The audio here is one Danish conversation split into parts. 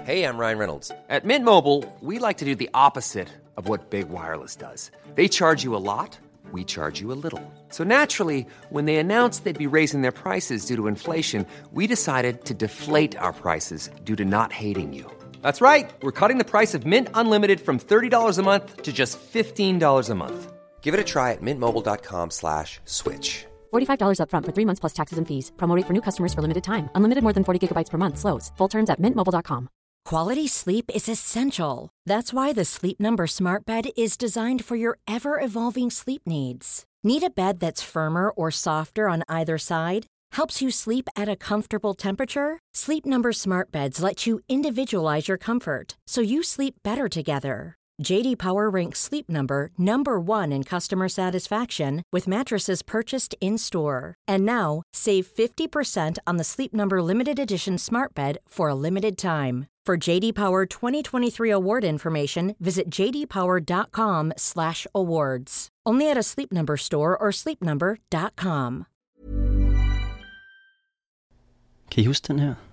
Hey, I'm Ryan Reynolds. At Mint Mobile, we like to do the opposite of what Big Wireless does. They charge you a lot, we charge you a little. So naturally, when they announced they'd be raising their prices due to inflation, we decided to deflate our prices due to not hating you. That's right. We're cutting the price of Mint Unlimited from $30 a month to just $15 a month. Give it a try at mintmobile.com/switch. $45 up front for 3 months plus taxes and fees. Promo rate for new customers for limited time. Unlimited more than 40 gigabytes per month slows. Full terms at mintmobile.com. Quality sleep is essential. That's why the Sleep Number Smart Bed is designed for your ever-evolving sleep needs. Need a bed that's firmer or softer on either side? Helps you sleep at a comfortable temperature? Sleep Number Smart Beds let you individualize your comfort, so you sleep better together. J.D. Power ranks Sleep Number #1 in customer satisfaction with mattresses purchased in-store. And now, save 50% on the Sleep Number Limited Edition Smart Bed for a limited time. For J.D. Power 2023 award information, visit jdpower.com/awards. Only at a Sleep Number store or sleepnumber.com. Kan I huske den her?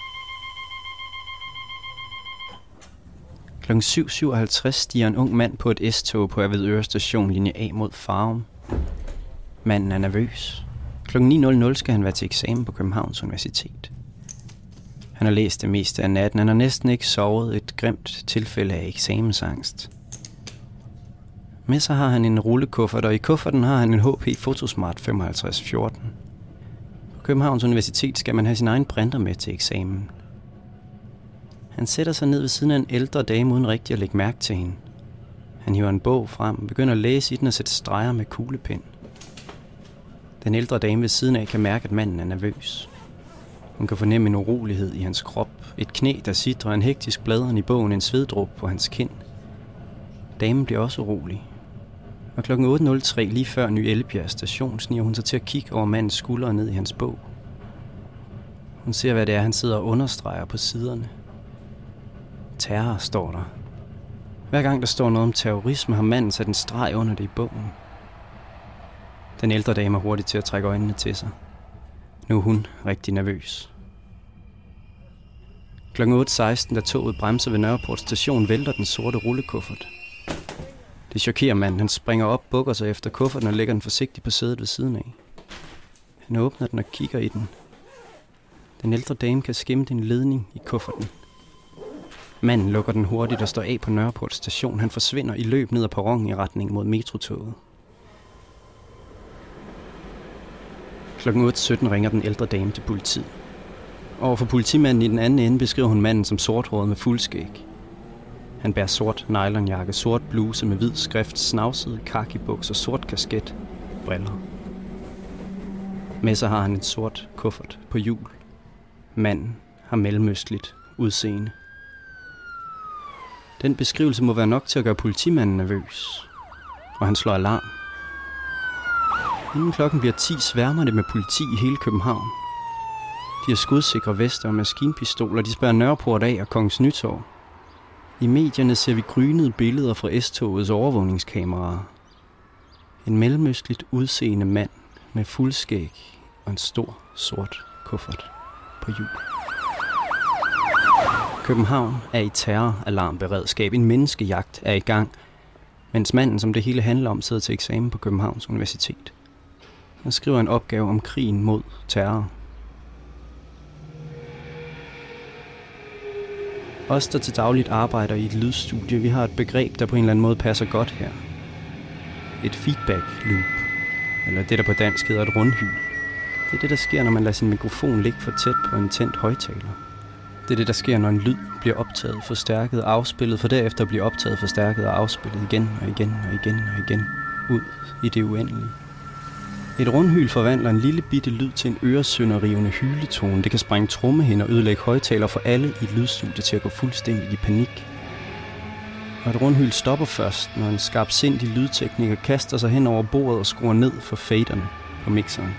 Klokken 7.57 stiger en ung mand på et S-tog på Avedøre Station linje A mod Farum. Manden er nervøs. Klokken 9.00 skal han være til eksamen på Københavns Universitet. Han har læst det meste af natten. Han har næsten ikke sovet, et grimt tilfælde af eksamensangst. Med sig har han en rullekuffert, og i kufferten har han en HP Photosmart 5514. På Københavns Universitet skal man have sin egen printer med til eksamen. Han sætter sig ned ved siden af en ældre dame uden rigtig at lægge mærke til hende. Han hiver en bog frem, begynder at læse i den og sætte streger med kuglepen. Den ældre dame ved siden af kan mærke, at manden er nervøs. Hun kan fornemme en urolighed i hans krop, et knæ, der sidrer, en hektisk bladren i bogen, en sveddråbe på hans kind. Damen bliver også urolig. Og klokken 8.03, lige før Ny Ellebjerg station, sniger hun sig til at kigge over mandens skuldre ned i hans bog. Hun ser, hvad det er, han sidder og understreger på siderne. Terror står der. Hver gang der står noget om terrorisme, har manden sat en streg under det i bogen. Den ældre dame er hurtigt til at trække øjnene til sig. Nu er hun rigtig nervøs. Klokken 8.16, da toget bremser ved Nørreport station, vælter den sorte rullekuffert. Det chokerer manden. Han springer op, bukker sig efter kufferten og lægger den forsigtigt på sædet ved siden af. Han åbner den og kigger i den. Den ældre dame kan skimte en ledning i kufferten. Manden lukker den hurtigt og står af på Nørreport station. Han forsvinder i løb ned ad perronen i retning mod metrotoget. Klokken 8.17 ringer den ældre dame til politiet. Overfor politimanden i den anden ende beskriver hun manden som sorthåret med fuldskæg. Han bærer sort nylonjakke, sort bluse med hvid skrift, snavsede khaki-bukser, sort kasket, briller. Med sig har han en sort kuffert på hjul. Manden har mellemøstligt udseende. Den beskrivelse må være nok til at gøre politimanden nervøs, og han slår alarm. Inden klokken bliver 10, sværmer det med politi i hele København. De har skudsikre vester og maskinpistoler, de spærrer Nørreport af og Kongens Nytorv. I medierne ser vi grynede billeder fra S-togets overvågningskameraer. En mellemøstligt udseende mand med fuldskæg og en stor sort kuffert på hjul. København er i terroralarmberedskab. En menneskejagt er i gang, mens manden, som det hele handler om, sidder til eksamen på Københavns Universitet. Han skriver en opgave om krigen mod terror. Os, der til dagligt arbejder i et lydstudie, vi har et begreb, der på en eller anden måde passer godt her. Et feedback loop, eller det, der på dansk hedder et rundhyl. Det er det, der sker, når man lader sin mikrofon ligge for tæt på en tændt højttaler. Det er det, der sker, når en lyd bliver optaget, forstærket og afspillet, for derefter bliver optaget, forstærket og afspillet igen og igen og igen og igen, ud i det uendelige. Et rundhyl forvandler en lille bitte lyd til en øresønderrivende hyletone. Det kan sprænge trommehinder og ødelægge højttaler for alle i et lydstudie til at gå fuldstændig i panik. Og et rundhyl stopper først, når en skarpsindig lydtekniker kaster sig hen over bordet og skruer ned for faderne på mixeren.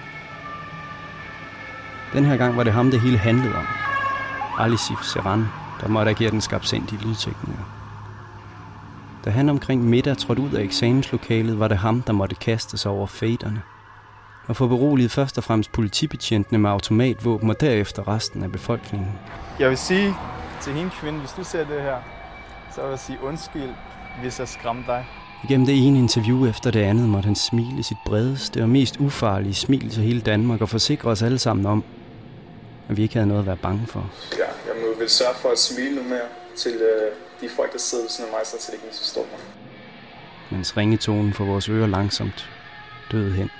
Den her gang var det ham, det hele handlede om. Alisif Serran, der måtte agere den skarpsindige lydtekniker. Da han omkring middag trådte ud af eksamenslokalet, var det ham, der måtte kaste sig over faderne. Og få beroliget først og fremmest politibetjentene med automatvåben, og derefter resten af befolkningen. Jeg vil sige, til hende kvinde, hvis du ser det her, så vil jeg sige undskyld, hvis jeg skræmte dig. Igennem det ene interview efter det andet måtte han smile sit bredeste og mest ufarlige smil til hele Danmark og forsikre os alle sammen om, at vi ikke havde noget at være bange for. Ja, jeg vil sørge for at smile nu mere til de folk, der sidder ved siden af mig, så de ikke misforstår mig. Mens ringetonen for vores ører langsomt døde hen.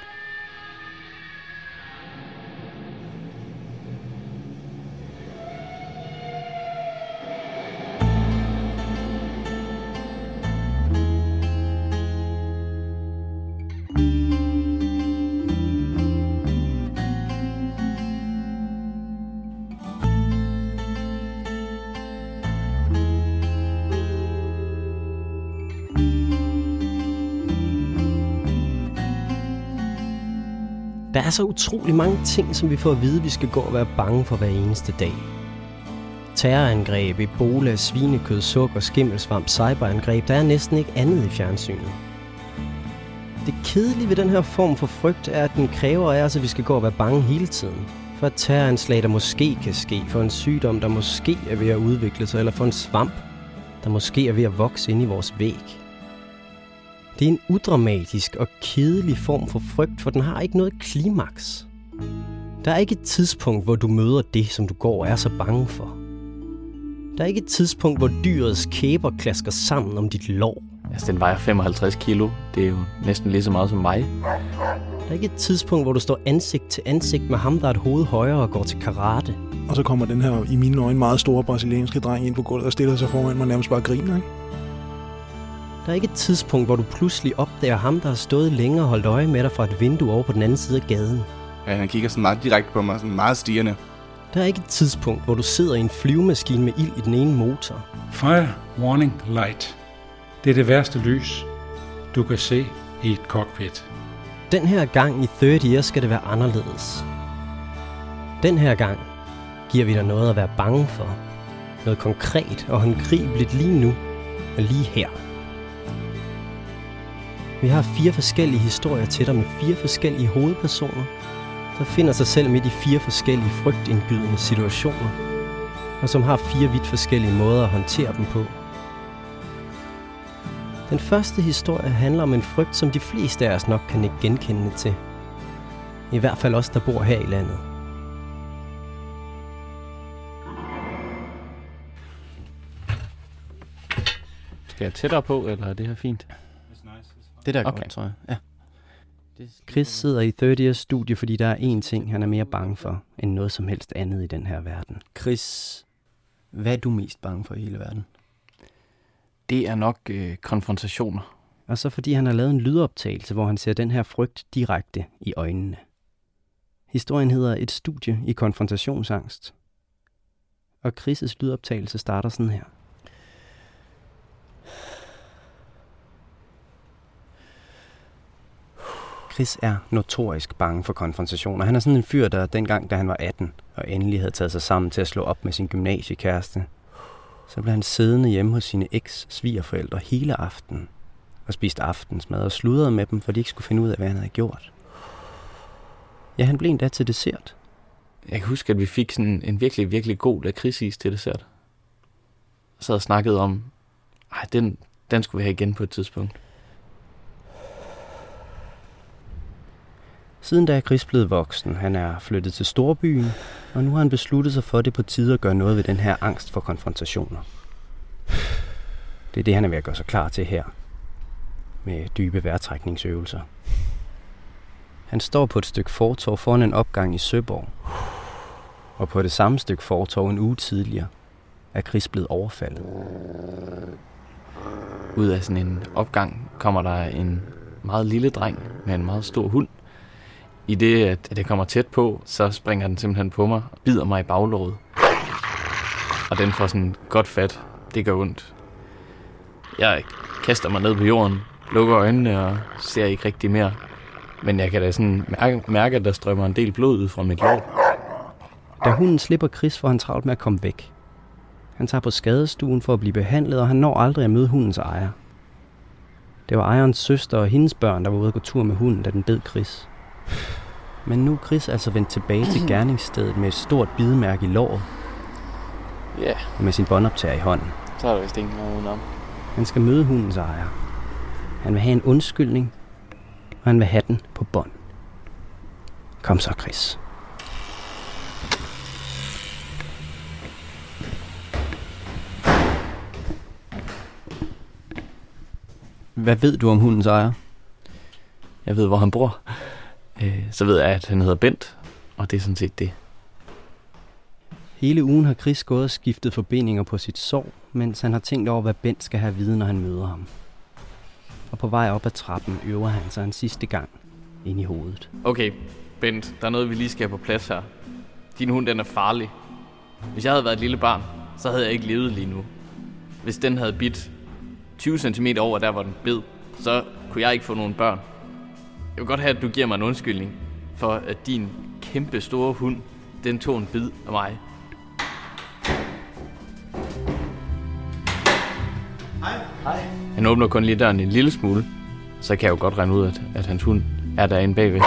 Der er så utrolig mange ting, som vi får at vide, vi skal gå og være bange for hver eneste dag. Terrorangreb, ebola, svinekød, sukker, skimmelsvamp, cyberangreb, der er næsten ikke andet i fjernsynet. Det kedelige ved den her form for frygt er, at den kræver af os, at vi skal gå og være bange hele tiden. For et terroranslag, der måske kan ske, for en sygdom, der måske er ved at udvikle sig, eller for en svamp, der måske er ved at vokse ind i vores væg. Det er en udramatisk og kedelig form for frygt, for den har ikke noget klimaks. Der er ikke et tidspunkt, hvor du møder det, som du går og er så bange for. Der er ikke et tidspunkt, hvor dyrets kæber klasker sammen om dit lår. Altså, den vejer 55 kilo. Det er jo næsten lige så meget som mig. Der er ikke et tidspunkt, hvor du står ansigt til ansigt med ham, der er et hoved højere og går til karate. Og så kommer den her, i mine øjne, meget store brasilianske dreng ind på gulvet og stiller sig foran mig nærmest bare griner, ikke? Der er ikke et tidspunkt, hvor du pludselig opdager ham, der har stået længe og holdt øje med dig fra et vindue over på den anden side af gaden. Ja, han kigger sådan meget direkte på mig, sådan meget stirrende. Der er ikke et tidspunkt, hvor du sidder i en flyvemaskine med ild i den ene motor. Fire warning light. Det er det værste lys, du kan se i et cockpit. Den her gang i Third Year skal det være anderledes. Den her gang giver vi dig noget at være bange for. Noget konkret og håndgribeligt lige nu og lige her. Vi har 4 forskellige historier til dig med 4 forskellige hovedpersoner, der finder sig selv midt i 4 forskellige frygtindgydende situationer, og som har 4 vidt forskellige måder at håndtere dem på. Den første historie handler om en frygt, som de fleste af os nok kan ikke genkende til. I hvert fald os, der bor her i landet. Skal jeg tættere på, eller er det her fint? Det der er Okay. godt, tror jeg. Ja. Chris sidder i Third Years studie, fordi der er én ting, han er mere bange for, end noget som helst andet i den her verden. Chris, hvad er du mest bange for i hele verden? Det er nok konfrontationer. Og så fordi han har lavet en lydoptagelse, hvor han ser den her frygt direkte i øjnene. Historien hedder Et studie i konfrontationsangst. Og Chris' lydoptagelse starter sådan her. Chris er notorisk bange for konfrontationer. Han er sådan en fyr, der dengang, da han var 18, og endelig havde taget sig sammen til at slå op med sin gymnasiekæreste, så blev han siddende hjemme hos sine eks-svigerforældre hele aftenen og spiste aftensmad og sludrede med dem, for de ikke skulle finde ud af, hvad han havde gjort. Ja, han blev endda til dessert. Jeg kan huske, at vi fik sådan en virkelig, virkelig god lakridsis til dessert. Og så havde snakket om, den skulle vi have igen på et tidspunkt. Siden da er Chris blevet voksen. Han er flyttet til storbyen, og nu har han besluttet sig for, at det er på tide at gøre noget ved den her angst for konfrontationer. Det er det, han er ved at gøre sig klar til her, med dybe vejrtrækningsøvelser. Han står på et stykke fortov foran en opgang i Søborg, og på det samme stykke fortov en uge tidligere er Chris blevet overfaldet. Ud af sådan en opgang kommer der en meget lille dreng med en meget stor hund. I det, at det kommer tæt på, så springer den simpelthen på mig og bider mig i baglåret. Og den får sådan godt fat. Det gør ondt. Jeg kaster mig ned på jorden, lukker øjnene og ser ikke rigtig mere. Men jeg kan da sådan mærke, at der strømmer en del blod ud fra mit lår. Da hunden slipper Chris, får han travlt med at komme væk. Han tager på skadestuen for at blive behandlet, og han når aldrig at møde hundens ejer. Det var ejerens søster og hendes børn, der var ude at gå tur med hunden, da den bed Chris. Men nu er Chris altså vendt tilbage til gerningsstedet med et stort bidemærke i låret. Ja. Og med sin båndoptager i hånden. Så er der vist ingen noget udenom. Han skal møde hundens ejer. Han vil have en undskyldning, og han vil have den på bånd. Kom så, Chris. Hvad ved du om hundens ejer? Jeg ved, hvor han bor. Så ved jeg, at han hedder Bent, og det er sådan set det. Hele ugen har Chris gået og skiftet forbindinger på sit sår, mens han har tænkt over, hvad Bent skal have at vide, når han møder ham. Og på vej op ad trappen øver han sig en sidste gang ind i hovedet. Okay, Bent, der er noget, vi lige skal have på plads her. Din hund, den er farlig. Hvis jeg havde været et lille barn, så havde jeg ikke levet lige nu. Hvis den havde bidt 20 cm over der, hvor den bed, så kunne jeg ikke få nogen børn. Jeg vil godt have, at du giver mig en undskyldning for, at din kæmpe store hund, den tog en bid af mig. Hej. Han åbner kun lige døren en lille smule, så kan jeg jo godt regne ud, at hans hund er derinde bagved.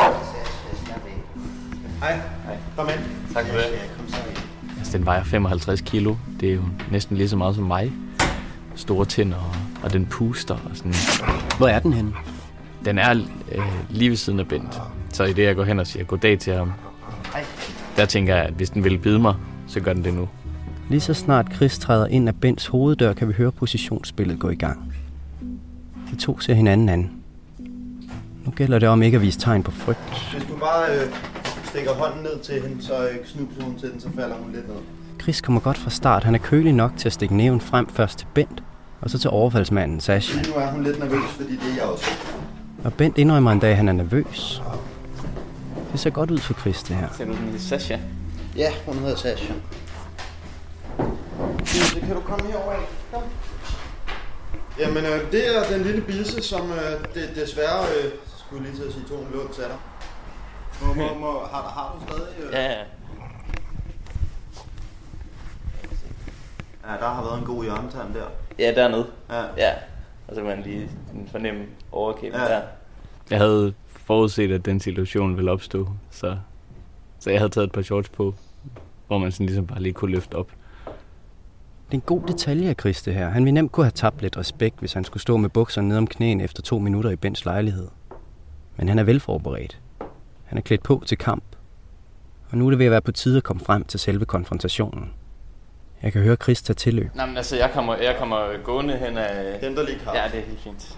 Hej. Kom ind. Tak for det. Altså, den vejer 55 kilo. Det er jo næsten lige så meget som mig. Store tænder, og den puster og sådan. Hvor er den henne? Den er lige ved siden af Bent. Så i det, jeg går hen og siger goddag til ham, der tænker jeg, at hvis den vil bide mig, så gør den det nu. Lige så snart Chris træder ind af Bents hoveddør, kan vi høre positionsspillet gå i gang. De to ser hinanden an. Nu gælder det om ikke at vise tegn på frygt. Hvis du bare stikker hånden ned til hende, så knuser hun til den, så falder hun lidt ned. Chris kommer godt fra start. Han er kølig nok til at stikke næven frem først til Bent, og så til overfaldsmanden Sasha. Nu er hun lidt nervøs, fordi det er jeg også. Og Bent indrømmer en dag, at han er nervøs. Det ser godt ud for Chris, det her. Ser du den lille Sasha? Ja, hun hedder Sasha. Så kan du komme herover? Kom. Jamen, det er den lille bisse, som desværre skulle lige til at sige to lån til dig. Har du stadig? Ja. Ja, der har været en god hjørnetand der. Ja, dernede. Ja. Og så kan man lige fornemme overkæben der. Jeg havde forudset, at den situation ville opstå, så jeg havde taget et par shorts på, hvor man sådan ligesom bare lige kunne løfte op. Det er en god detalje af Chris, det her. Han ville nemt kunne have tabt lidt respekt, hvis han skulle stå med bukserne ned om knæene efter 2 minutter i Bents lejlighed. Men han er velforberedt. Han er klædt på til kamp. Og nu er det ved at være på tide at komme frem til selve konfrontationen. Jeg kan høre Chris tage tilløb. Nej, men altså, jeg kommer gående hen af... Henter lige kaffe. Ja, det er helt fint.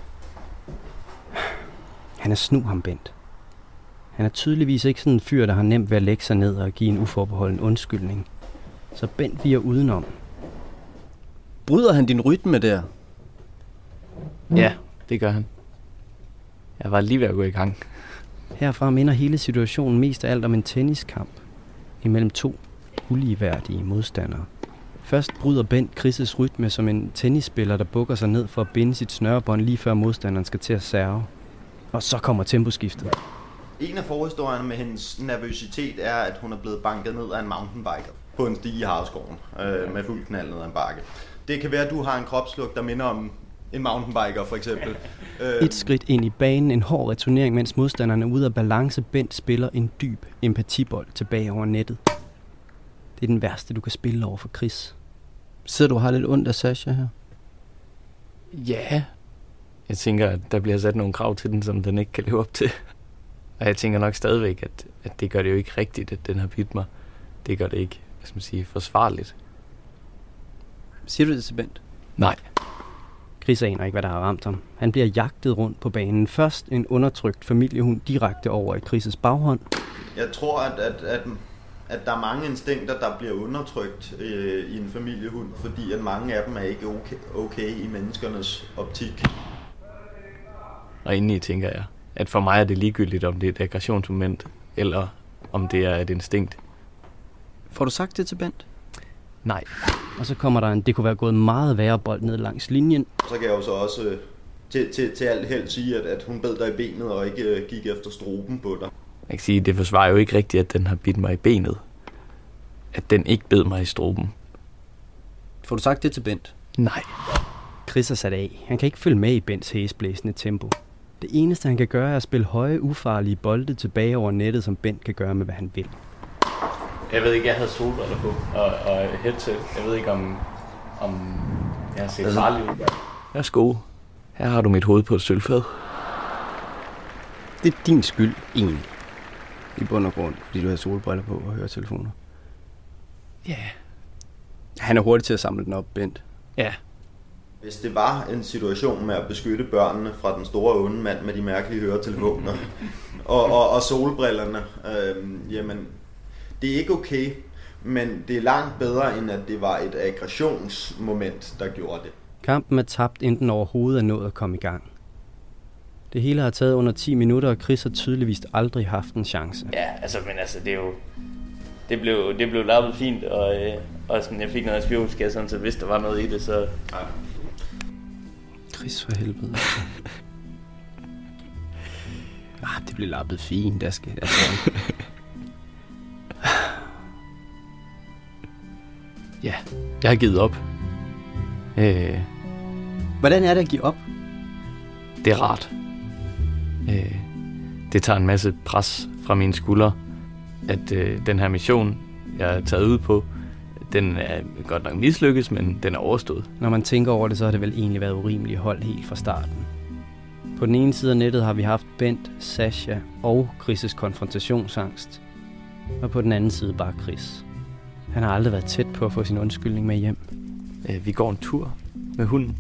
Han er snu ham, Bent. Han er tydeligvis ikke sådan en fyr, der har nemt ved at lægge sig ned og give en uforbeholden undskyldning. Så Bent viger udenom. Bryder han din rytme der? Ja, det gør han. Jeg var lige ved at gå i gang. Herfra minder hele situationen mest af alt om en tenniskamp imellem 2 uligeværdige modstandere. Først bryder Bent Chris' rytme som en tennisspiller, der bukker sig ned for at binde sit snørebånd lige før modstanderen skal til at serve. Og så kommer temposkiftet. En af forhistorierne med hendes nervøsitet er, at hun er blevet banket ned af en mountainbiker på en stige i Hareskoven med fuld knald ned ad en bakke. Det kan være, at du har en kropslugt, der minder om en mountainbiker for eksempel. Et skridt ind i banen, en hård returnering, mens modstanderen er ude af balance. Bent spiller en dyb empatibold tilbage over nettet. Det er den værste, du kan spille over for Chris. Sidder du og har lidt ondt af Sasha her? Ja. Jeg tænker, at der bliver sat nogle krav til den, som den ikke kan leve op til. Og jeg tænker nok stadigvæk, at det gør det jo ikke rigtigt, at den har bidt mig. Det gør det ikke, hvad skal man sige, forsvarligt. Siger du det til Bent? Nej. Chris aner ikke, hvad der har ramt ham. Han bliver jagtet rundt på banen. Først en undertrykt familiehund direkte over i Chris' baghånd. Jeg tror, at der er mange instinkter, der bliver undertrykt i en familiehund, fordi at mange af dem er ikke okay i menneskernes optik. Og indeni tænker jeg, at for mig er det ligegyldigt, om det er et aggressionsmoment, eller om det er et instinkt. Får du sagt det til Bent? Nej. Og så kommer der det kunne være gået meget værre bold ned langs linjen. Så kan jeg jo så også til alt held sige, at hun bed dig i benet og ikke gik efter struben på dig. Jeg kan sige, det forsvarer jo ikke rigtigt, at den har bidt mig i benet. At den ikke bed mig i struben. Får du sagt det til Bent? Nej. Chris er sat af. Han kan ikke følge med i Bents hæsblæsende tempo. Det eneste, han kan gøre, er at spille høje, ufarlige bolde tilbage over nettet, som Bent kan gøre med, hvad han vil. Jeg ved ikke, jeg havde solbriller på og headset. Jeg ved ikke, om jeg har set farligt ud. Værsgo. Her har du mit hoved på et sølvfad. Det er din skyld, egentlig. I bund og grund, fordi du har solbriller på og høretelefoner. Ja. Yeah. Han er hurtig til at samle den op, Bent. Ja. Hvis det var en situation med at beskytte børnene fra den store onde mand med de mærkelige høretelefoner og solbrillerne, jamen, det er ikke okay, men det er langt bedre, end at det var et aggressionsmoment, der gjorde det. Kampen er tabt, inden den overhovedet er nået at komme i gang. Det hele har taget under 10 minutter, og Chris har tydeligvis aldrig haft en chance. Ja, det er jo... Det blev lappet fint, og sådan, jeg fik noget spionskab, sådan, så hvis der var noget i det, så... Ja. Chris, for helvede. Det blev lappet fint, der skal jeg tror. Ja, jeg har givet op. Hvordan er det at give op? Det er rart. Det tager en masse pres fra mine skuldre, at den her mission, jeg er taget ud på, den er godt nok mislykkes, men den er overstået. Når man tænker over det, så har det vel egentlig været urimeligt hold helt fra starten. På den ene side af nettet har vi haft Bent, Sasha og Chris' konfrontationsangst. Og på den anden side bare Chris. Han har aldrig været tæt på at få sin undskyldning med hjem. Vi går en tur med hunden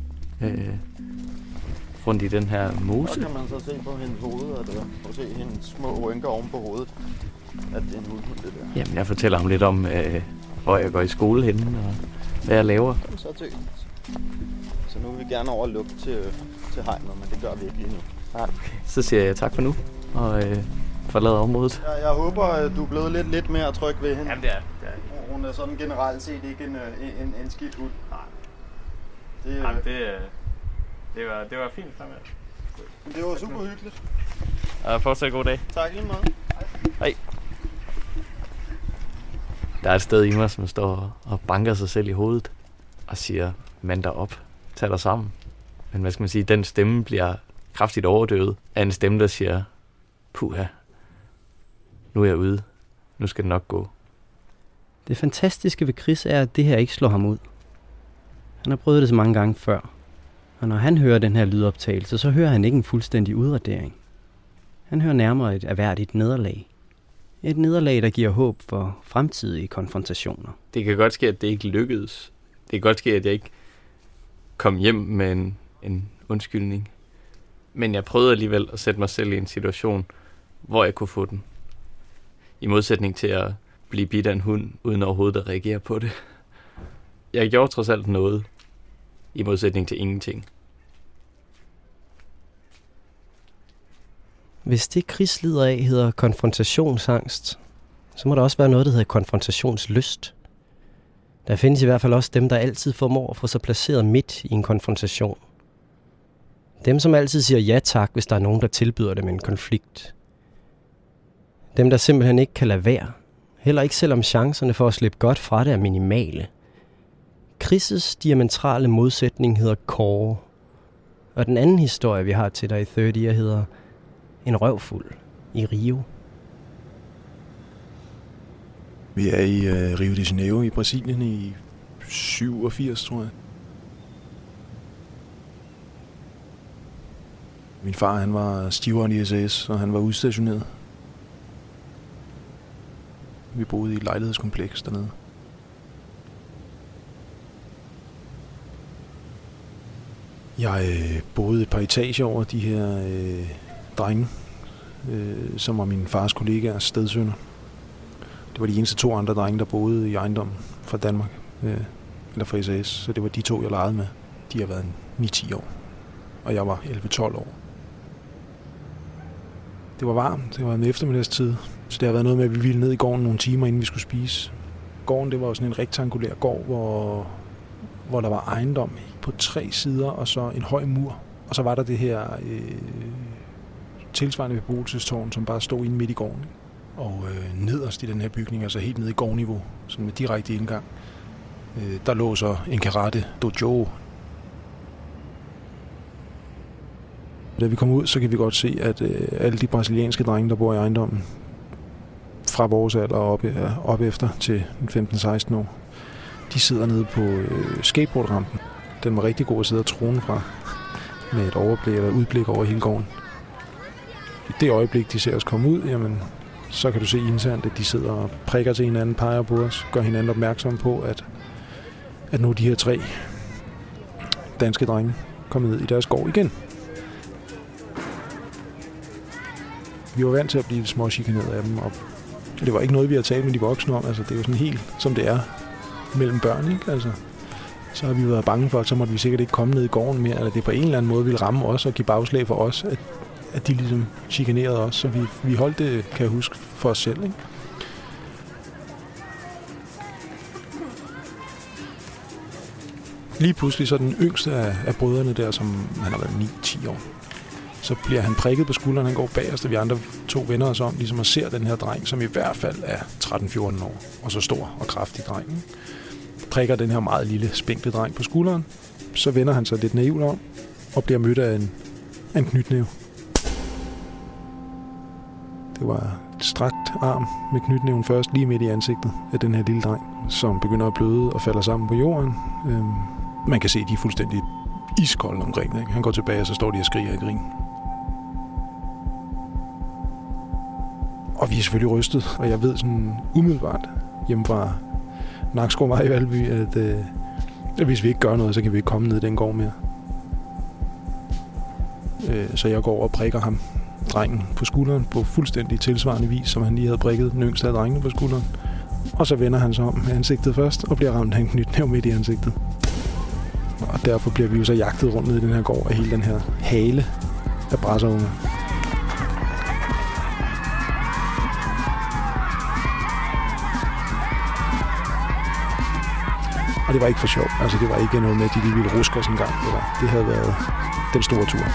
rundt i den her mose. Så kan man så se på hendes hoved, og se hendes små rynker oven på hovedet, at det er en hund, det der. Jamen, jeg fortæller ham lidt om, hvor jeg går i skole henne, og hvad jeg laver. Så nu vil vi gerne over og lukke til hegnet, men det gør vi ikke lige nu. Okay. Så siger jeg tak for nu, og forlader området. Jeg håber, at du er blevet lidt mere tryg ved hende. Jamen, det er. Hun er sådan generelt set ikke en skidt hund. Nej. Det var fint fremad. Det var super hyggeligt. Og fortsat god dag. Tak lige meget. Hej. Der er et sted i mig, som står og banker sig selv i hovedet og siger, mand dig op, tag dig sammen. Men hvad skal man sige, den stemme bliver kraftigt overdøvet af en stemme, der siger, puha, nu er jeg ude, nu skal det nok gå. Det fantastiske ved Chris er, at det her ikke slår ham ud. Han har prøvet det så mange gange før. Og når han hører den her lydoptagelse, så hører han ikke en fuldstændig udradering. Han hører nærmere et erhverdigt nederlag. Et nederlag, der giver håb for fremtidige konfrontationer. Det kan godt ske, at det ikke lykkedes. Det kan godt ske, at jeg ikke kom hjem med en undskyldning. Men jeg prøvede alligevel at sætte mig selv i en situation, hvor jeg kunne få den. I modsætning til at blive bidt af en hund, uden overhovedet at reagere på det. Jeg gjorde trods alt noget, i modsætning til ingenting. Hvis det Chris lider af hedder konfrontationsangst, så må der også være noget, der hedder konfrontationslyst. Der findes i hvert fald også dem, der altid formår at få sig placeret midt i en konfrontation. Dem, som altid siger ja tak, hvis der er nogen, der tilbyder dem en konflikt. Dem, der simpelthen ikke kan lade være. Heller ikke selvom chancerne for at slippe godt fra det er minimale. Chris' diametrale modsætning hedder Kåre. Og den anden historie, vi har til dig i 30'er, hedder En røvfuld i Rio. Vi er i Rio de Janeiro i Brasilien i 87, tror jeg. Min far, han var stiveren i SAS, og han var udstationeret. Vi boede i et lejlighedskompleks dernede. Jeg boede et par etager over de her drenge, som var min fars kollegaers stedsønner. Det var de eneste 2 andre drenge, der boede i ejendommen fra Danmark, eller fra SAS. Så det var de 2, jeg legede med. De har været 9-10 år, og jeg var 11-12 år. Det var varmt, det var en eftermiddagstid, så det har været noget med, at vi ville ned i gården nogle timer, inden vi skulle spise. Gården, det var sådan en rektangulær gård, hvor der var ejendom på 3 sider, og så en høj mur. Og så var der det her tilsvarende beboelsestårn, som bare stod inde midt i gården. Og nederst i den her bygning, altså helt nede i gårdniveau, som med direkte indgang, der lå så en karate dojo. Da vi kom ud, så kan vi godt se, at alle de brasilianske drenge, der bor i ejendommen, fra vores alder op efter til 15-16 år. De sidder nede på skateboardrampen. Den var rigtig god at sidde og trone fra med et overblik eller udblik over hele gården. I det øjeblik, de ser os komme ud, jamen, så kan du se internt, at de sidder og prikker til hinanden, peger på os, gør hinanden opmærksom på, at nu er de her 3 danske drenge kommet ned i deres gård igen. Vi var vant til at blive små chikaneret af dem, og det var ikke noget, vi har talt med de voksne om. Altså, det er jo sådan helt, som det er mellem børn, ikke? Altså, så har vi været bange for, at så måtte vi sikkert ikke komme ned i gården mere, eller det på en eller anden måde ville ramme os og give bagslag for os, at de ligesom chikanerede os, så vi holdt det, kan jeg huske, for os selv, ikke? Lige pludselig så den yngste af brødrene der, som han har været 9-10 år, så bliver han prikket på skulderen, han går bagerst, og vi andre 2 vender os om, ligesom at ser den her dreng, som i hvert fald er 13-14 år, og så stor og kraftig dreng, ikke? Prikker den her meget lille, spinkle dreng på skulderen, så vender han sig lidt naivt om, og bliver mødt af en knytnæve. Det var et strakt arm med knytnæven først lige midt i ansigtet af den her lille dreng, som begynder at bløde og falder sammen på jorden. Man kan se, at de er fuldstændig iskolde omkring det, ikke? Han går tilbage, og så står de og skriger i grin. Og vi er selvfølgelig rystet, og jeg ved sådan umiddelbart hjemme fra Nakskov i Valby, at hvis vi ikke gør noget, så kan vi ikke komme ned i den gård mere. Så jeg går over og prikker ham, drengen, på skulderen på fuldstændig tilsvarende vis, som han lige havde prikket den yngste af drengene på skulderen. Og så vender han sig om med ansigtet først, og bliver ramt af en knytnæve midt i ansigtet. Og derfor bliver vi jo så jagtet rundt ned i den her gård af hele den her hale af brasserunger. Og det var ikke for sjov. Altså, det var ikke noget med, at de lige ville ruske os en gang. Det havde været den store tur.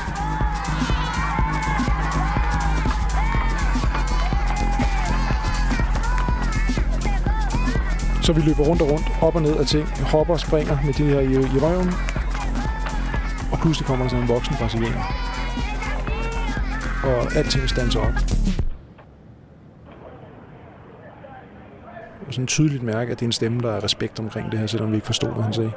Så vi løber rundt og rundt, op og ned af ting, hopper og springer med de her i røven. Og pludselig kommer der sådan en voksen brasilianer. Og alting standser op. Og sådan tydeligt mærke, at det er en stemme, der er respekt omkring det her, selvom vi ikke forstod, hvad han sagde.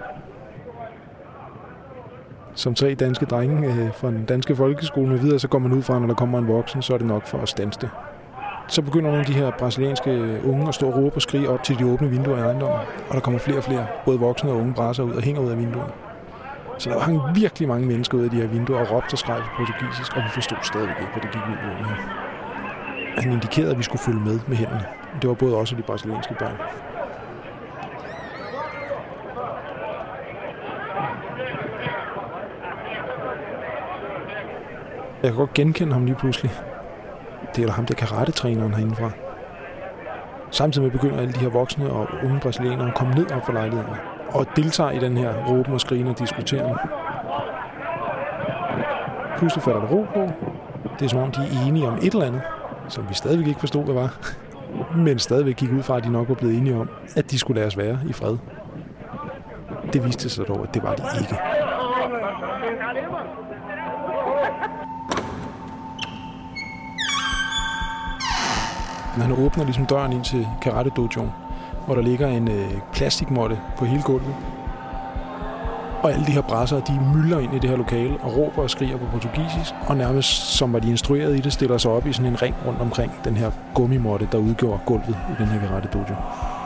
Som 3 danske drenge fra den danske folkeskole med videre, så går man ud fra, når der kommer en voksen, så er det nok for at standse det. Så begynder nogle af de her brasilianske unge at stå og råbe og skrige op til de åbne vinduer i ejendommen. Og der kommer flere og flere, både voksne og unge, brasser ud og hænger ud af vinduerne. Så der hang virkelig mange mennesker ud af de her vinduer og råbte og skreg på portugisisk, og vi forstod stadigvæk ikke, hvad det gik ud af det her. Han indikerede, at vi skulle følge med hænderne. Det var både os og de brasilianske børn. Jeg kan godt genkende ham lige pludselig. Det er ham, der karate-træneren herindefra. Samtidig med begynder alle de her voksne og unge brasilianere at komme ned op for lejlighederne og deltager i den her råben og skrigen og diskuteren. Pludselig falder der ro på. Det er som om, de er enige om et eller andet, som vi stadigvæk ikke forstod, hvad var. Men stadigvæk gik ud fra, at de nok var blevet enige om, at de skulle lade os være i fred. Det viste sig dog, at det var de ikke. Han åbner ligesom døren ind til karate dojoen, hvor der ligger en plastikmåtte på hele gulvet. Og alle de her brasser, de myldrer ind i det her lokale og råber og skriger på portugisisk. Og nærmest som var de instrueret i det, stiller sig op i sådan en ring rundt omkring den her gummimåtte, der udgjorde gulvet i den her karate dojo.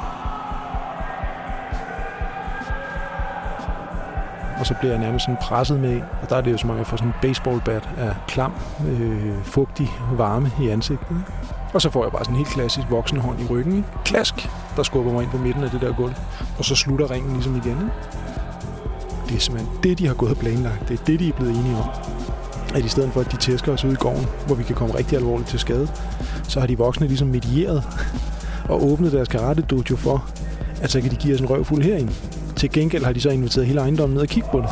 Og så bliver jeg nærmest sådan presset med, og der er det jo som om jeg får sådan en baseballbat af klam, fugtig varme i ansigtet. Og så får jeg bare sådan en helt klassisk voksenhånd i ryggen. Ikke? Klask, der skubber mig ind på midten af det der gulv. Og så slutter ringen ligesom igen. Ikke? Det er simpelthen det, de har gået og planlagt. Det er det, de er blevet enige om. At i stedet for, at de tæsker os ud i gården, hvor vi kan komme rigtig alvorligt til skade, så har de voksne ligesom medieret og åbnet deres karate dojo for, at så kan de give os en røvfuld herinde. Til gengæld har de så inviteret hele ejendommen ned og kigge på det.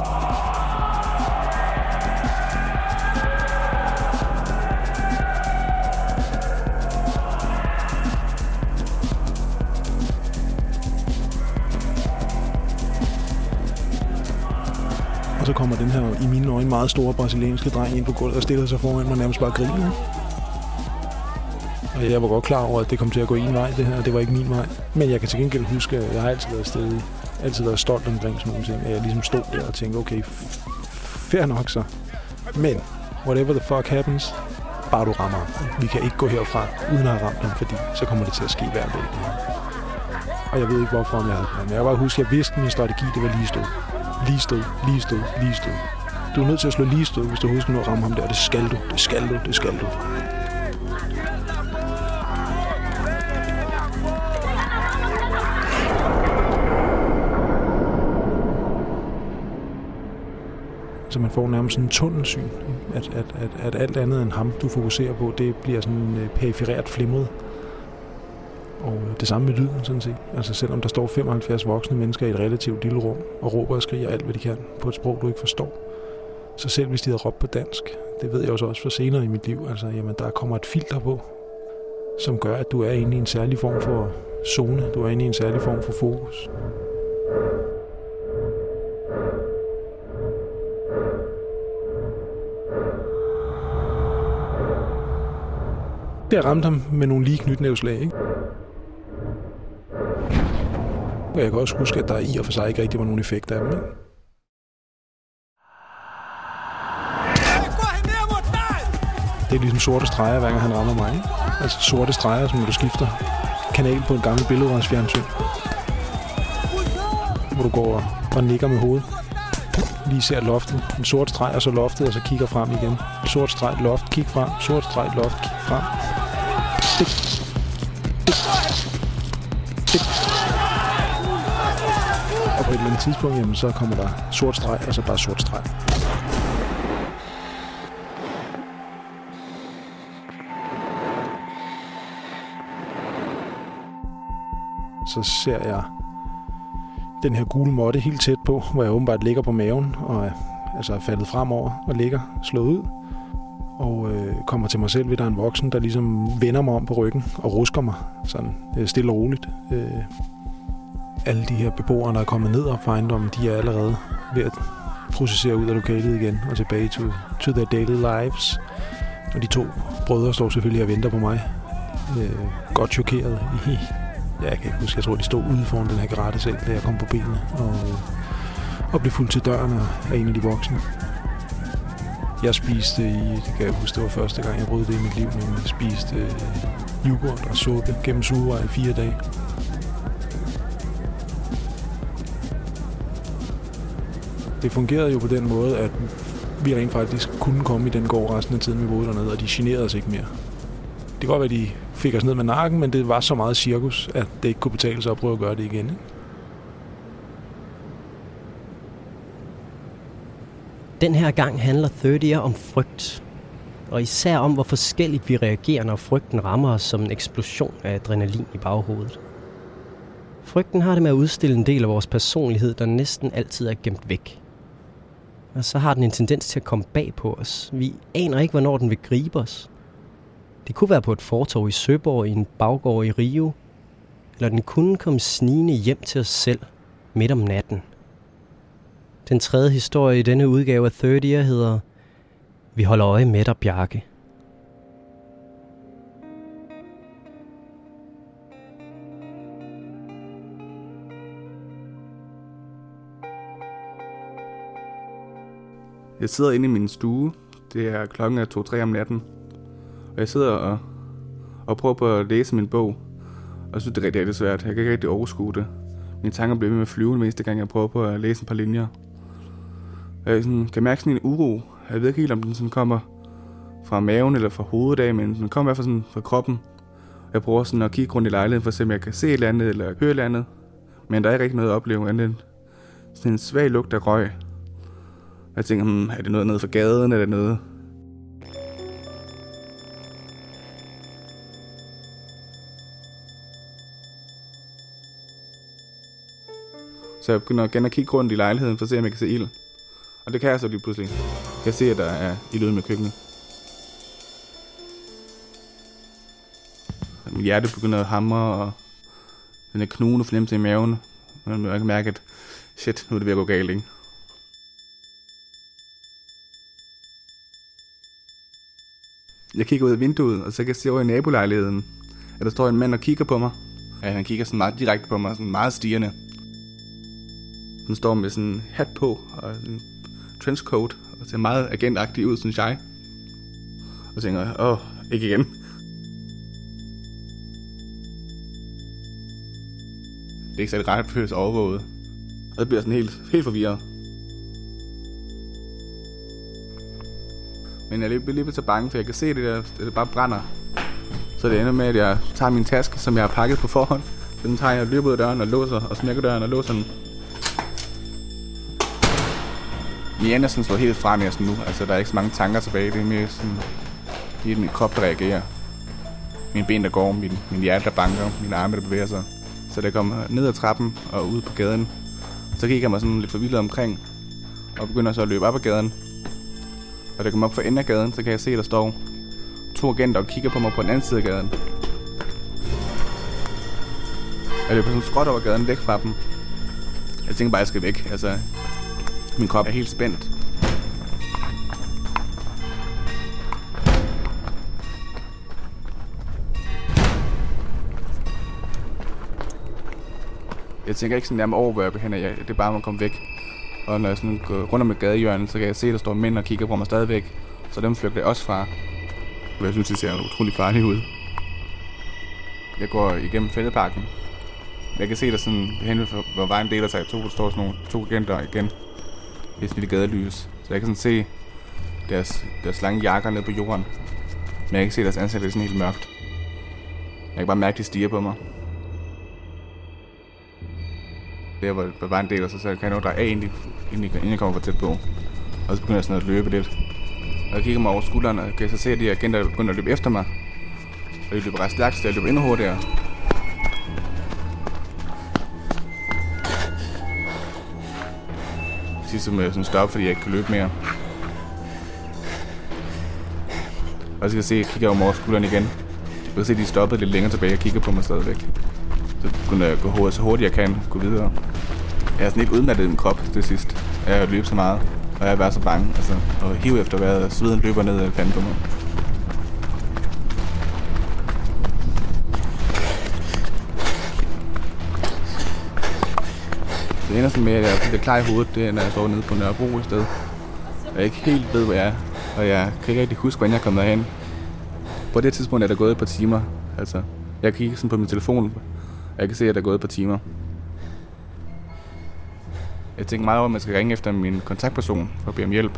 Og så kommer den her, i mine øjne, meget store brasilianske dreng ind på gulvet og stiller sig foran mig nærmest bare griner. Og jeg var godt klar over, at det kom til at gå en vej, det her. Det var ikke min vej. Men jeg kan til gengæld huske, at jeg har altid været stedig. Altid været stolt omkring sådan nogle ting. At jeg ligesom stod der og tænkte, okay, fair nok så. Men whatever the fuck happens, bare du rammer ham. Vi kan ikke gå herfra uden at have ramt ham, fordi så kommer det til at ske hver dag. Og jeg ved ikke, hvorfor jeg havde planen. Jeg kan bare huske, at jeg vidste, at min strategi, det var lige stod. Lige stod, lige stod, lige stod. Du er nødt til at slå lige stod, hvis du husker at ramme ham der. Det skal du, det skal du, det skal du. Så man får nærmest sådan en tunnelsyn, at alt andet end ham, du fokuserer på, det bliver sådan periferert flimret. Og det samme med lyden, sådan set. Altså selvom der står 75 voksne mennesker i et relativt lille rum, og råber og skriger alt, hvad de kan, på et sprog, du ikke forstår. Så selv hvis de havde råbt på dansk, det ved jeg jo så også for senere i mit liv, altså jamen, der kommer et filter på, som gør, at du er inde i en særlig form for zone, du er inde i en særlig form for fokus. Jeg ramte ham med nogle lige knytnæveslag, ikke? Og jeg kan også huske, at der i og for sig ikke rigtig var nogen effekt af dem, ikke? Det er ligesom sorte streger, hver gang han rammer mig, ikke? Altså sorte streger, som når du skifter kanal på en gammel billedrørsfjernsyn. Hvor du går og nikker med hovedet. Lige ser loftet. En sort streg, og så loftet, og så kigger frem igen. Sort streg, loft, kig frem. Sort streg, loft, kig frem. Stik. Stik. Stik. Og på et eller andet tidspunkt, jamen, så kommer der sort streg, og så bare sort streg. Så ser jeg den her gule måtte helt tæt på, hvor jeg åbenbart ligger på maven, og altså er faldet fremover og ligger slået ud. Og kommer til mig selv ved, der er en voksen, der ligesom vender mig om på ryggen og rusker mig sådan stille og roligt. Alle de her beboere, der er kommet ned fra ejendommen, de er allerede ved at processere ud af lokalet igen og tilbage to their daily lives. Og de 2 brødre står selvfølgelig og venter på mig. Godt chokeret. Jeg kan ikke huske, jeg tror, de stod ude foran den her gratesal, da jeg kom på benene og blev fuldt til døren af en af de voksne. Jeg spiste det kan jeg huske, det var første gang, jeg brød det i mit liv, men jeg spiste yoghurt og suppe gennem sugerør i 4 dage. Det fungerede jo på den måde, at vi rent faktisk kunne komme i den gård resten af tiden, vi boede dernede, og de generede os ikke mere. Det kan godt være, at de fik os ned med nakken, men det var så meget cirkus, at det ikke kunne betale sig at prøve at gøre det igen. Ikke? Den her gang handler 30'er om frygt. Og især om, hvor forskelligt vi reagerer, når frygten rammer os som en eksplosion af adrenalin i baghovedet. Frygten har det med at udstille en del af vores personlighed, der næsten altid er gemt væk. Og så har den en tendens til at komme bag på os. Vi aner ikke, hvornår den vil gribe os. Det kunne være på et fortov i Søborg, i en baggård i Rio, eller den kunne komme snigende hjem til os selv midt om natten. Den 3. historie i denne udgave af 30'er hedder Vi holder øje med dig, Bjarke. Jeg sidder inde i min stue. Det er klokken 2-3 om natten. Og jeg sidder og prøver på at læse min bog. Og jeg synes, det er rigtig, rigtig svært. Jeg kan ikke rigtig overskue det. Mine tanker bliver ved med at flyve den meste gang, jeg prøver på at læse et par linjer. Og jeg kan mærke sådan en uro. Jeg ved ikke helt, om den sådan kommer fra maven eller fra hovedet af, men den kommer i hvert fald sådan fra kroppen. Jeg prøver sådan at kigge rundt i lejligheden, for at se, om jeg kan se et eller andet eller høre et eller andet. Men der er ikke rigtig noget at opleve, andet end sådan en svag lugt af røg. Og jeg tænker, er det noget nede fra gaden, eller noget? Så jeg begynder igen at kigge rundt i lejligheden, for at se, om jeg kan se ild. Og det kan jeg så lige pludselig. Jeg kan se, at der er ild ude med køkkenet. Mit hjerte begynder at hamre, og den er knugende fornemmelse i maven. Og jeg kan mærke, at shit, nu er det ved at gå galt, ikke? Jeg kigger ud af vinduet, og så kan jeg se over i nabolejligheden, at der står en mand og kigger på mig. Ja, han kigger sådan meget direkte på mig, sådan meget stirrende. Han står med sådan en hat på og en trenchcoat, og ser meget agentagtig ud, synes jeg. Og tænker, ikke igen. Det er ikke særlig rart at føle sig overvåget. Og det bliver sådan helt forvirret. Men jeg bliver lidt så bange, for jeg kan se det der, det bare brænder. Så det ender med, at jeg tager min taske, som jeg har pakket på forhånd. Den tager jeg, løber ud af døren og låser, og smækker døren og låser den. Min Andersen står helt fra næsten nu. Altså, der er ikke så mange tanker tilbage. Det er mere sådan, det er min krop, der reagerer. Mine ben, der går, min hjerte, der banker, mine arme, der bevæger sig. Så da jeg kommer ned ad trappen og ud på gaden, så kigger jeg mig sådan lidt forvildet omkring, og begynder så at løbe op ad gaden. Og da jeg kommer op for enden af gaden, så kan jeg se, at der står 2 agenter og kigger på mig på den anden side af gaden. Jeg løber sådan skråt over gaden, væk fra dem. Jeg tænker bare, at jeg skal væk. Altså, min krop er helt spændt. Jeg tænker ikke sådan nærmere over, hvor jeg går hen. Det er bare om at komme væk. Og når jeg sådan går rundt om et gadehjørne, så kan jeg se, at der står mænd og kigger på mig stadigvæk. Så dem flygter jeg også fra. Jeg synes, det ser utrolig farligt ud. Jeg går igennem fældeparken. Jeg kan se, der sådan hen hvor vejen deler sig. Der står sådan nogle 2 agenter igen. Det er sådan et gadelys. Så jeg kan sådan se deres lange jakker nede på jorden. Men jeg kan se, at deres ansigt er sådan helt mørkt. Jeg kan bare mærke, at de stiger på mig. Der hvor vejen deler sig, så kan jeg nå dreje af, inden jeg kommer for tæt på. Og så begynder jeg sådan at løbe lidt. Og jeg kigger mig over skulderen, og kan så se, at de agenter begynder at løbe efter mig. Og de løber ret stærkt, så jeg løber endnu hurtigere. Sidst må jeg sådan stoppe, fordi jeg ikke kan løbe mere. Og så kan jeg se, at jeg kigger over skulderen igen. Jeg kan se, at de stoppede lidt længere tilbage og kigger på mig stadigvæk. Så begynder jeg at gå så hurtigt jeg kan, gå videre. Jeg er sådan lidt udmattet i min krop til sidst. Jeg har løbet så meget, og jeg har været så bange. Altså, og hive efter vejret, sveden løber ned af panden på mig. Det ender sådan med, at jeg er klar i hovedet, det er, når jeg står nede på Nørrebro i stedet. Jeg ikke helt ved, hvor jeg er, og jeg kan ikke rigtig huske, hvordan jeg er kommet derhen. På det tidspunkt er der gået et par timer. Altså, jeg kigger sådan på min telefon, og jeg kan se, at der er gået et par timer. Jeg tænker meget over, at man skal ringe efter min kontaktperson for at bede om hjælp.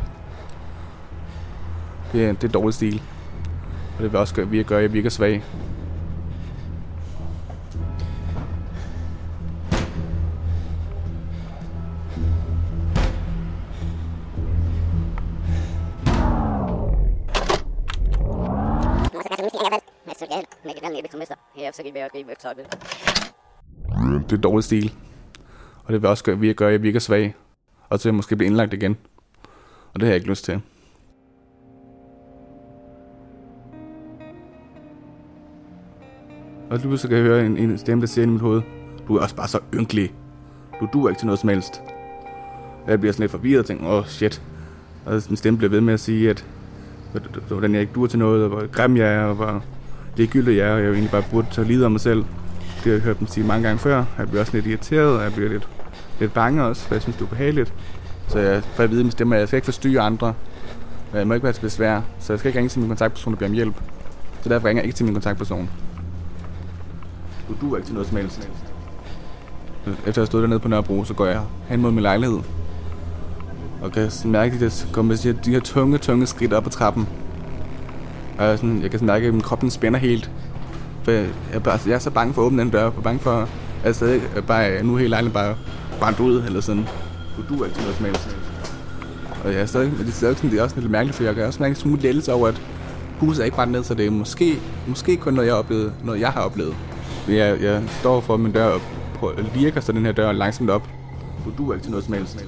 Det er dårlig stil, og det vil også gøre, at jeg virker svag. Det er dårlig stil, og det vil også gøre, at jeg virker svag, og så jeg måske blive indlagt igen. Og det har jeg ikke lyst til. Og lige så kan jeg høre en stemme, der siger i mit hoved: du er også bare så ynkelig. Du duer ikke til noget som helst. Og jeg bliver sådan lidt forvirret og tænker, shit. Og min stemme bliver ved med at sige, at hvordan jeg ikke duer til noget, og hvor grim jeg er, og hvor ligegyldig jeg er, og jeg egentlig bare burde tage livet af mig selv. Det har jeg hørt dem sige mange gange før. Jeg bliver også lidt irriteret, og jeg bliver lidt bange også, for jeg synes, det er ubehageligt. Så jeg får at vide min stemme, at jeg skal ikke forstyrre andre. Og jeg må ikke være til besvær, så jeg skal ikke ringe til min kontaktperson og bede om hjælp. Så derfor ringer jeg ikke til min kontaktperson. Du duer ikke til noget som helst. Efter at have stået dernede på Nørrebro, så går jeg hen mod min lejlighed. Og kan mærke, at de her tunge skridt op ad trappen. Og jeg kan mærke, at min krop spænder helt. For jeg er så bange for at åbne den dør. Jeg er bange for, at jeg stadig bare nu hele lejligheden bare brændt ud, eller sådan. Du duer ikke til noget som helst. Og jeg er stadig, men det er også lidt mærkeligt, for jeg kan også mærke en smule lettelse over, at huset er ikke brændt ned, så det er måske kun noget, jeg har oplevet. Jeg står for min dør og lirker så den her dør langsomt op. Du duer ikke til noget som helst.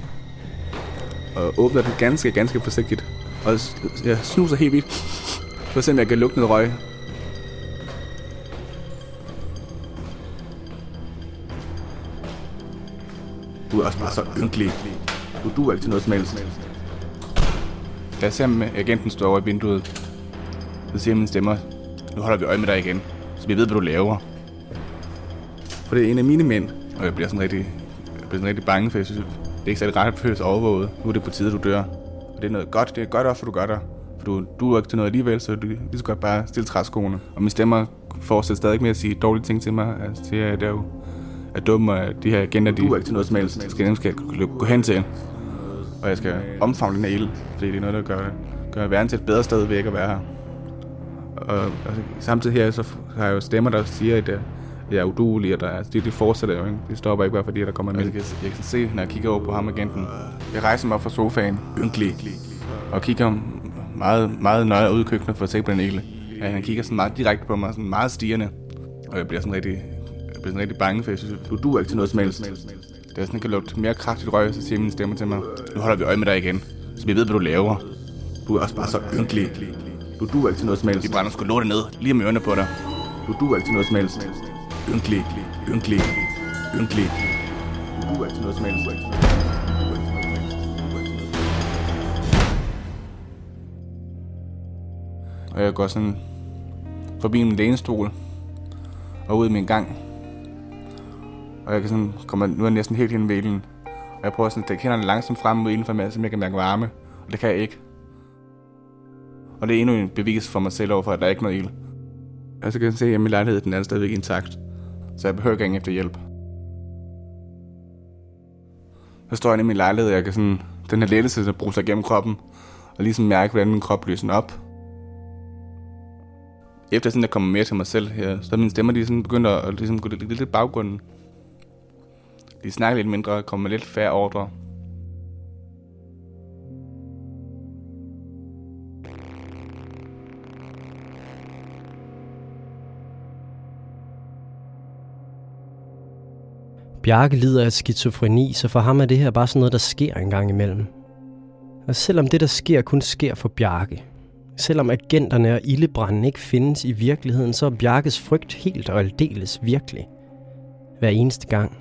Og åbner den ganske forsigtigt. Og jeg snuser helt vildt, for at se, om jeg kan lugte noget røg. Du er også bare så ynkelig. Du duer ikke til noget som helst. Jeg ser, at agenten står over i vinduet. Så siger mine stemmer, nu holder vi øje med dig igen, så vi ved, hvad du laver. For det er en af mine mænd, og jeg bliver sådan rigtig bange, for jeg synes, det er ikke særlig rart at føle sig overvåget. Nu er det på tide, du dør. Og det er noget godt, det er godt også, for du gør der. For du er ikke til noget alligevel, så du lige så godt bare stille træskoene. Og mine stemmer fortsætter stadig med at sige dårlige ting til mig. Altså, det er jo dumt, og de her agenter, du er ikke til noget som helst. Skal jeg gå hen til. Og jeg skal omfavne den her ild, fordi det er noget, der gør verden til et bedre sted ved ikke at være her. Og samtidig her, så har jeg jo stemmer, der siger, at jeg er uduelig, og det fortsætter jo ikke. Det stopper ikke bare, fordi der kommer en mælk. Jeg kan se, når jeg kigger over på ham agenten. Jeg rejser mig op fra sofaen, ynkelig, og kigger meget, meget nøje ud i køkkenet for at se på den ild. Ja, han kigger sådan meget direkte på mig, sådan meget stirrende. Og jeg bliver sådan rigtig bange, for jeg synes, du er ikke til noget som helst. Da jeg sådan kan lugte mere kraftigt røg, så siger mine stemmer til mig, nu holder vi øje med dig igen, så vi ved, hvad du laver. Du er også bare så ynkelig. Du er ikke til noget som helst. Vi brænder sgu lortet ned, lige om ørerne på dig. Du er ikke til noget som helst. Ynkelig. Du er ikke til noget som helst. Og jeg går sådan forbi min lænestol og ud i min gang. Og jeg kan sådan nu er jeg næsten helt hen i væggen. Og jeg prøver sådan at stikke hænderne langsomt frem mod indenfor mig, så jeg kan mærke varme. Og det kan jeg ikke. Og det er endnu en bevis for mig selv overfor, at der er ikke noget ild. Og så kan jeg se, at min lejlighed den er stadigvæk intakt. Så jeg behøver ikke ringe efter hjælp. Så står jeg inde i min lejlighed, og jeg kan sådan, den her lettelse, der bruger sig gennem kroppen. Og ligesom mærke, hvordan min krop løser op. Efter sådan, jeg kommer mere til mig selv her, så er mine stemmer, de sådan begynder at ligesom gå lidt i baggrunden. De snakker lidt mindre og kommer med lidt færre ordre. Bjarke lider af skizofreni, så for ham er det her bare sådan noget, der sker en gang imellem. Og selvom det, der sker, kun sker for Bjarke, selvom agenterne og ildebranden ikke findes i virkeligheden, så er Bjarkes frygt helt og aldeles virkelig. Hver eneste gang.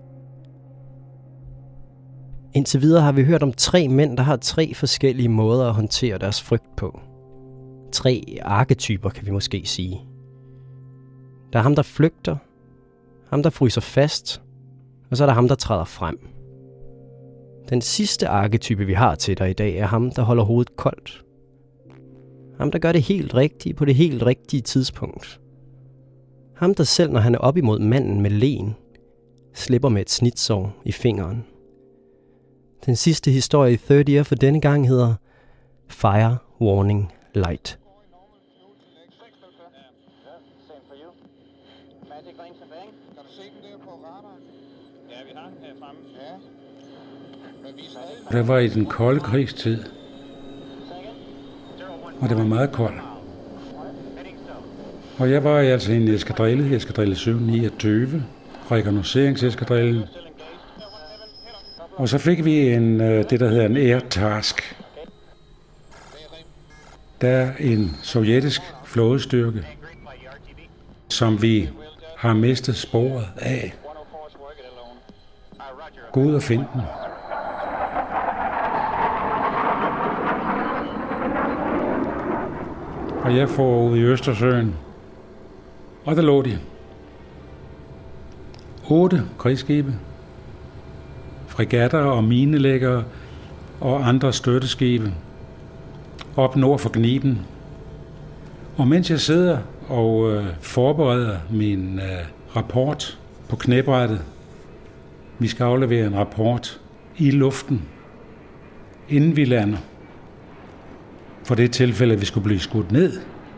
Indtil videre har vi hørt om 3 mænd, der har 3 forskellige måder at håndtere deres frygt på. 3 arketyper, kan vi måske sige. Der er ham, der flygter, ham, der fryser fast, og så er der ham, der træder frem. Den sidste arketype, vi har til dig i dag, er ham, der holder hovedet koldt. Ham, der gør det helt rigtigt på det helt rigtige tidspunkt. Ham, der selv, når han er op imod manden med len, slipper med et snitsår i fingeren. Den sidste historie i Third Year for denne gang hedder Fire Warning Light. Der var i den kolde krigstid, og det var meget koldt. Og jeg var altså i en eskadrille 729, rekognosceringseskadrillen. Og så fik vi det, der hedder en air task. Der er en sovjetisk flådestyrke, som vi har mistet sporet af. Gå ud og find den. Og jeg får ud i Østersøen, og der lå de. 8 krigsskibe, fregatter og minelæggere og andre støtteskibe op nord for Gniben. Og mens jeg sidder og forbereder min rapport på knæbrættet, vi skal aflevere en rapport i luften, inden vi lander. For det tilfælde, at vi skulle blive skudt ned.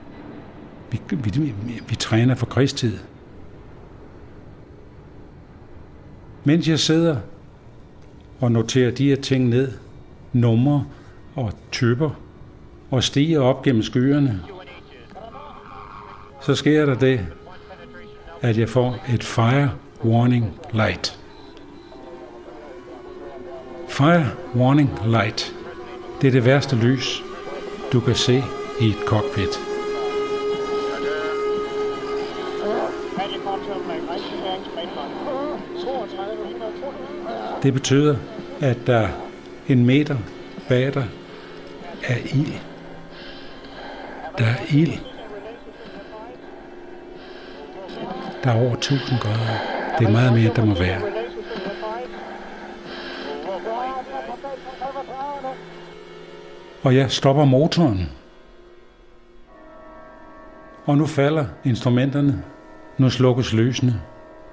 Vi træner for krigstid. Mens jeg sidder og noterer de her ting ned, numre og typer, og stiger op gennem skyerne, så sker der det, at jeg får et Fire Warning Light. Fire Warning Light. Det er det værste lys, du kan se i et cockpit. Det betyder, at der 1 meter bag dig er ild. Der er ild. Der er over 1000 grader. Det er meget mere, der må være. Og jeg stopper motoren. Og nu falder instrumenterne. Nu slukkes lysene.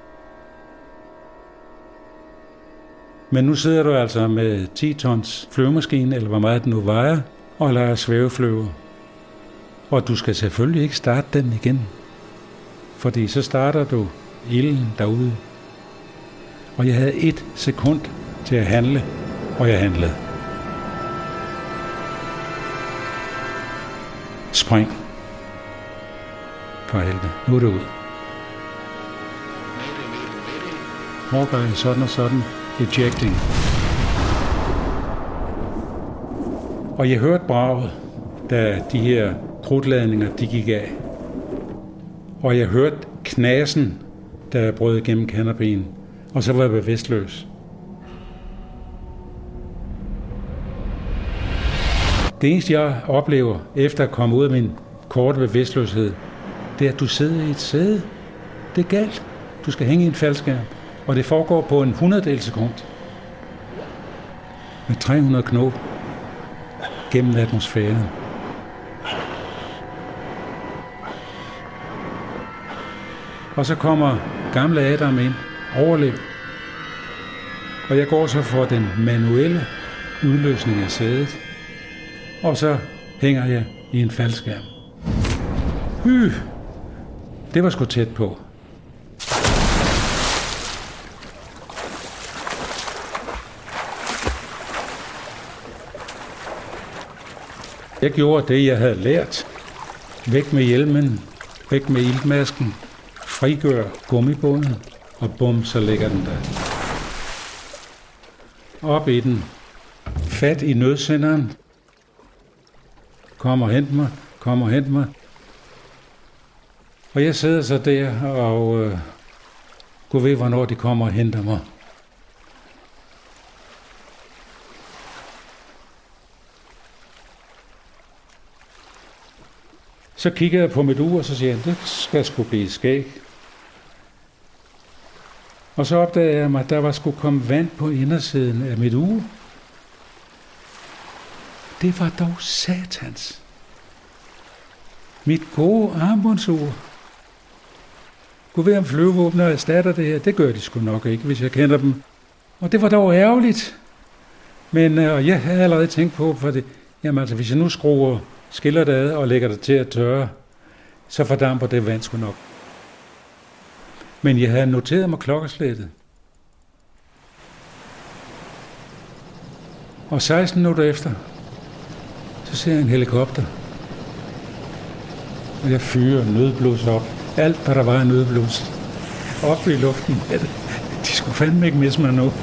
Men nu sidder du altså med 10 tons flyvemaskine, eller hvor meget den nu vejer, og leger svæveflyver. Og du skal selvfølgelig ikke starte den igen. Fordi så starter du ilden derude. Og jeg havde 1 sekund til at handle, og jeg handlede. Spring. For helvede. Nu er det ud. Hawkeye sådan og sådan. Ejecting. Og jeg hørte braget, da de her krudtladninger, de gik af. Og jeg hørte knasen, da jeg brød igennem kanapeen. Og så var jeg bevidstløs. Det eneste, jeg oplever, efter at komme ud af min korte bevidstløshed, det er, at du sidder i et sæde. Det er galt. Du skal hænge i en faldskærm. Og det foregår på en 100-del sekund. Med 300 knop gennem atmosfæren. Og så kommer gamle Adam ind, overlev. Og jeg går så for den manuelle udløsning af sædet. Og så hænger jeg i en faldskærm. Det var sgu tæt på. Jeg gjorde det, jeg havde lært. Væk med hjelmen, væk med iltmasken, frigør gummibunden, og bum, så ligger den der. Op i den. Fat i nødsenderen. Kom og hent mig. Og jeg sidder så der og gå ved, hvornår de kommer og henter mig. Så kigger jeg på mit ur, og så siger jeg, det skal sgu blive skæg. Og så opdagede jeg mig, at der var sgu kommet vand på indersiden af mit ur. Det var dog satans. Mit gode armbåndsur. Gå ved om flyvevåbner erstatter det her. Det gør de sgu nok ikke, hvis jeg kender dem. Og det var dog ærgerligt. Men jeg havde allerede tænkt på, for det, jamen altså, hvis jeg nu skruer skiller det ad og lægger det til at tørre, så fordamper det vand sgu nok. Men jeg havde noteret mig klokkeslættet. Og 16 minutter efter, så ser jeg en helikopter. Og jeg fyrer nødblus op. Alt, hvad der var af nødblus. Op i luften. De skulle fandme ikke misse mig nu.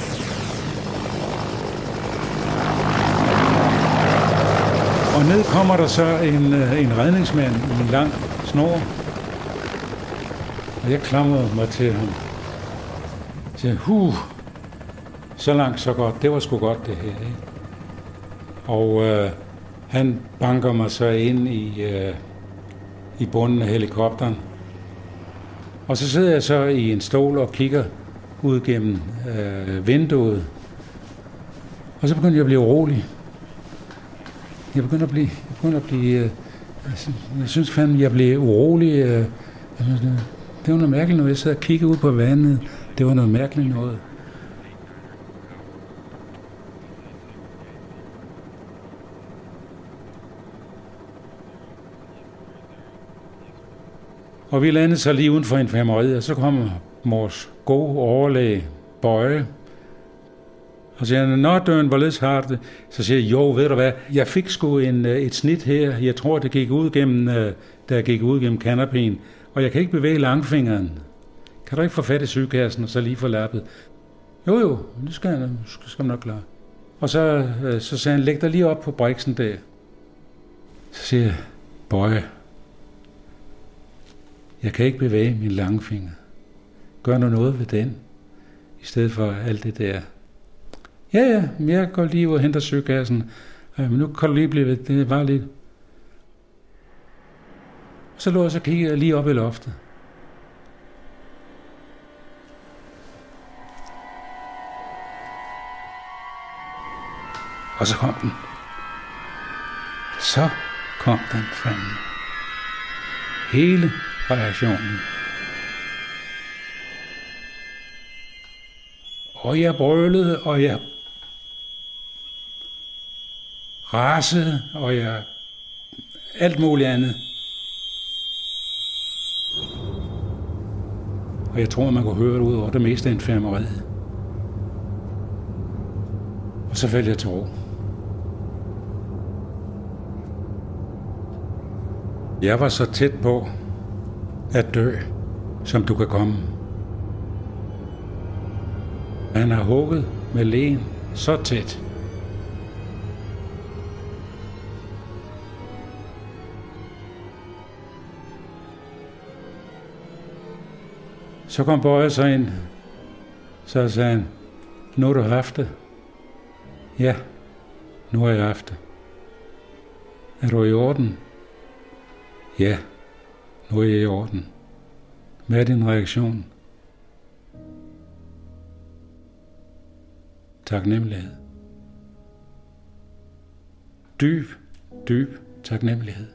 Og ned kommer der så en redningsmand i en lang snor. Og jeg klamrede mig til ham. Jeg siger, så langt, så godt. Det var sgu godt, det her. Ikke? Og han banker mig så ind i bunden af helikopteren. Og så sidder jeg så i en stol og kigger ud gennem vinduet. Og så begynder jeg at blive urolig. Jeg begynder at blive jeg synes fandme, jeg blev urolig. Det var noget mærkeligt, når jeg sad og kiggede ud på vandet. Det var noget mærkeligt noget. Og vi landede så lige uden for infirmeriet, og så kommer vores gode overlæge, Bøje. Og så siger han, nå Døren, hvorledes har det? Så siger jeg, jo, ved du hvad, jeg fik sgu et snit her. Jeg tror, det gik ud gennem, da jeg gik ud gennem kanapeen. Og jeg kan ikke bevæge langfingeren. Kan du ikke få fat i sygekassen og så lige få lappet? Jo, det skal man nok klare. Og så sagde han, læg dig lige op på briksen der. Så siger jeg, Bøje, jeg kan ikke bevæge min langfinger. Gør nu noget ved den, i stedet for alt det der. Ja, jeg går lige ud og henter sygekassen. Men nu kan du lige blive ved. Det var lidt. Så lå jeg så kiggede lige op i loftet. Og så kom den. Så kom den fandme. Hele reaktionen. Og jeg brølede, og jeg rasede, og jeg alt muligt andet. Og jeg tror, man kunne høre det ud over det meste af infirmeriet. Og så faldt jeg til ro. Jeg var så tæt på at dø, som du kan komme. Han har hugget med leen så tæt. Så kom Bøje så ind. Så sagde han, nu har du haft det. Ja, nu har jeg haft det. Er du i orden? Ja, nu er jeg i orden. Hvad er din reaktion? Taknemmelighed. Dyb, dyb taknemmelighed.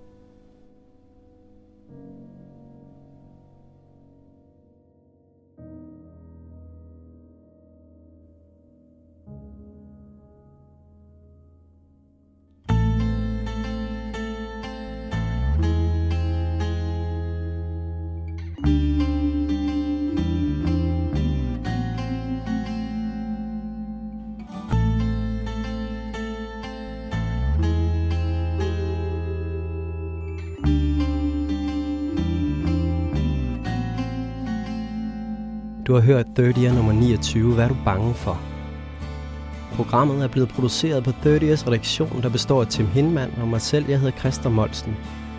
Du har hørt 30'er nummer 29. Hvad er du bange for? Programmet er blevet produceret på 30'ers redaktion, der består af Tim Hindman og mig selv. Jeg hedder Christer Molsten.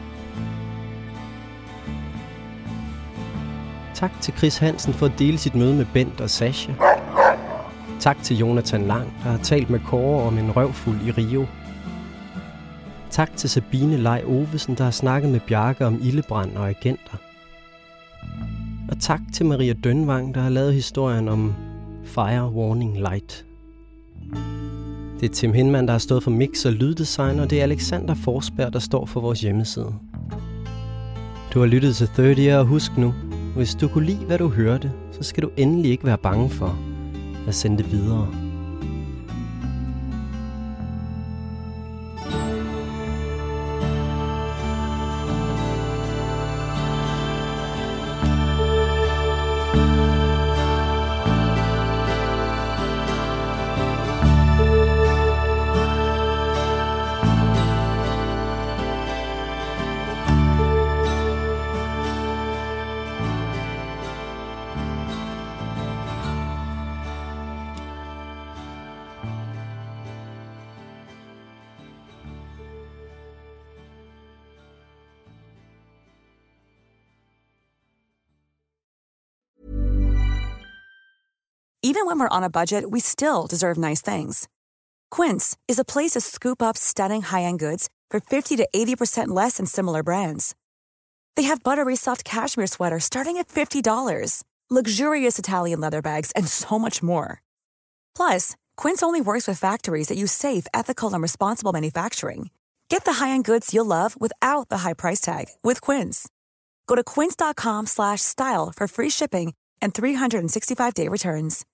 Tak til Chris Hansen for at dele sit møde med Bent og Sasha. Tak til Jonathan Lang, der har talt med Kåre om en røvfuld i Rio. Tak til Sabine Lej Ovesen, der har snakket med Bjarke om ildebrand og agenter. Og tak til Maria Dønvang, der har lavet historien om Fire Warning Light. Det er Tim Hindman, der har stået for mix og lyddesign, og det er Alexander Forsberg, der står for vores hjemmeside. Du har lyttet til 30'er, og husk nu, hvis du kunne lide, hvad du hørte, så skal du endelig ikke være bange for at sende det videre. Even when we're on a budget, we still deserve nice things. Quince is a place to scoop up stunning high-end goods for 50 to 80% less than similar brands. They have buttery soft cashmere sweaters starting at $50, luxurious Italian leather bags, and so much more. Plus, Quince only works with factories that use safe, ethical, and responsible manufacturing. Get the high-end goods you'll love without the high price tag with Quince. Go to quince.com/style for free shipping and 365-day returns.